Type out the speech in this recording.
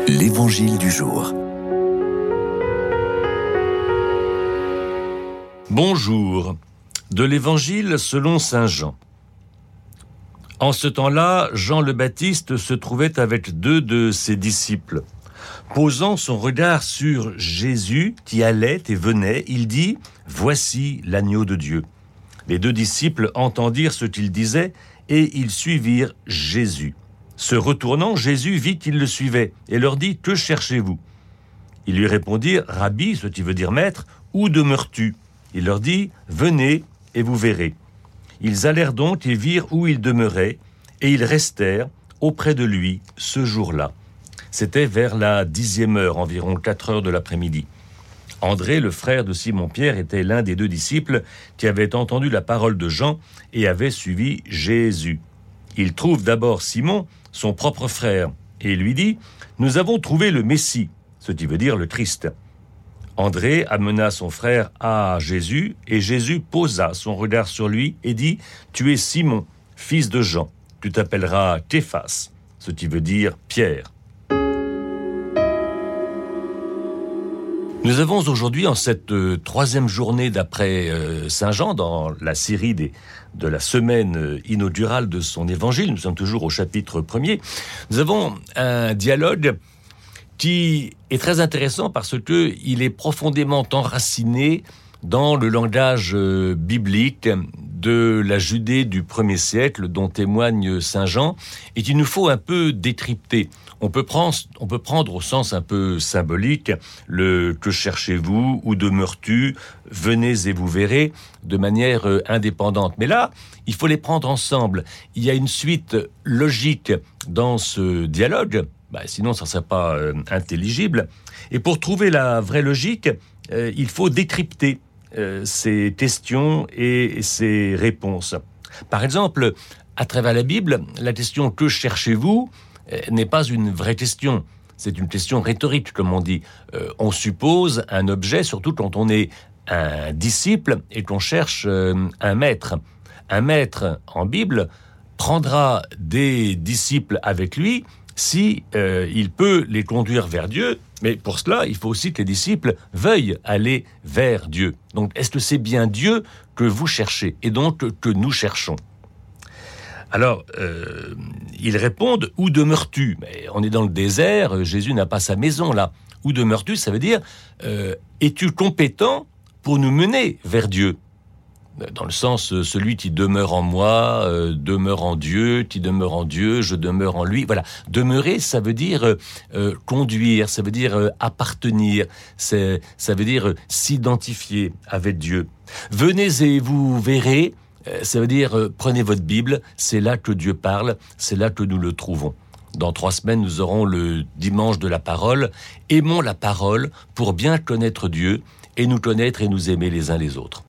L'Évangile du jour. Bonjour, de l'Évangile selon saint Jean. En ce temps-là, Jean le Baptiste se trouvait avec 2 de ses disciples. Posant son regard sur Jésus qui allait et venait, il dit « Voici l'agneau de Dieu ». Les 2 disciples entendirent ce qu'il disait et ils suivirent Jésus. Se retournant, Jésus vit qu'ils le suivaient et leur dit « Que cherchez-vous » Ils lui répondirent « Rabbi », ce qui veut dire maître, « où demeures-tu » Il leur dit « Venez et vous verrez ». Ils allèrent donc et virent où il demeurait, et ils restèrent auprès de lui ce jour-là. C'était vers la 10e heure, environ 4 heures de l'après-midi. André, le frère de Simon-Pierre, était l'un des 2 disciples qui avaient entendu la parole de Jean et avait suivi Jésus. Il trouve d'abord Simon, son propre frère, et lui dit « Nous avons trouvé le Messie », ce qui veut dire le Christ. André amena son frère à Jésus, et Jésus posa son regard sur lui et dit « Tu es Simon, fils de Jean, tu t'appelleras Képhas », ce qui veut dire Pierre. Nous avons aujourd'hui, en cette 3e journée d'après Saint Jean, dans la série de la semaine inaugurale de son évangile, nous sommes toujours au chapitre 1er, nous avons un dialogue qui est très intéressant parce que il est profondément enraciné dans le langage biblique de la Judée du 1er siècle dont témoigne Saint Jean et qu'il nous faut un peu décrypter. On peut prendre au sens un peu symbolique le « que cherchez-vous » ou « demeures-tu » »,« venez et vous verrez » de manière indépendante. Mais là, il faut les prendre ensemble. Il y a une suite logique dans ce dialogue, sinon ça ne serait pas intelligible. Et pour trouver la vraie logique, il faut décrypter ces questions et ces réponses. Par exemple, à travers la Bible, la question « que cherchez-vous » n'est pas une vraie question. C'est une question rhétorique, comme on dit. On suppose un objet, surtout quand on est un disciple et qu'on cherche un maître. Un maître, en Bible, prendra des disciples avec lui si il peut les conduire vers Dieu. Mais pour cela, il faut aussi que les disciples veuillent aller vers Dieu. Donc, est-ce que c'est bien Dieu que vous cherchez et donc que nous cherchons ? Alors, ils répondent « Où demeures-tu » Mais on est dans le désert, Jésus n'a pas sa maison là. « Où demeures-tu » ça veut dire « Es-tu compétent pour nous mener vers Dieu ?» Dans le sens, celui qui demeure en moi, demeure en Dieu, qui demeure en Dieu, je demeure en lui. Voilà, demeurer, ça veut dire conduire, ça veut dire appartenir, ça veut dire s'identifier avec Dieu. Venez et vous verrez, ça veut dire prenez votre Bible, c'est là que Dieu parle, c'est là que nous le trouvons. Dans 3 semaines, nous aurons le dimanche de la parole. Aimons la parole pour bien connaître Dieu et nous connaître et nous aimer les uns les autres.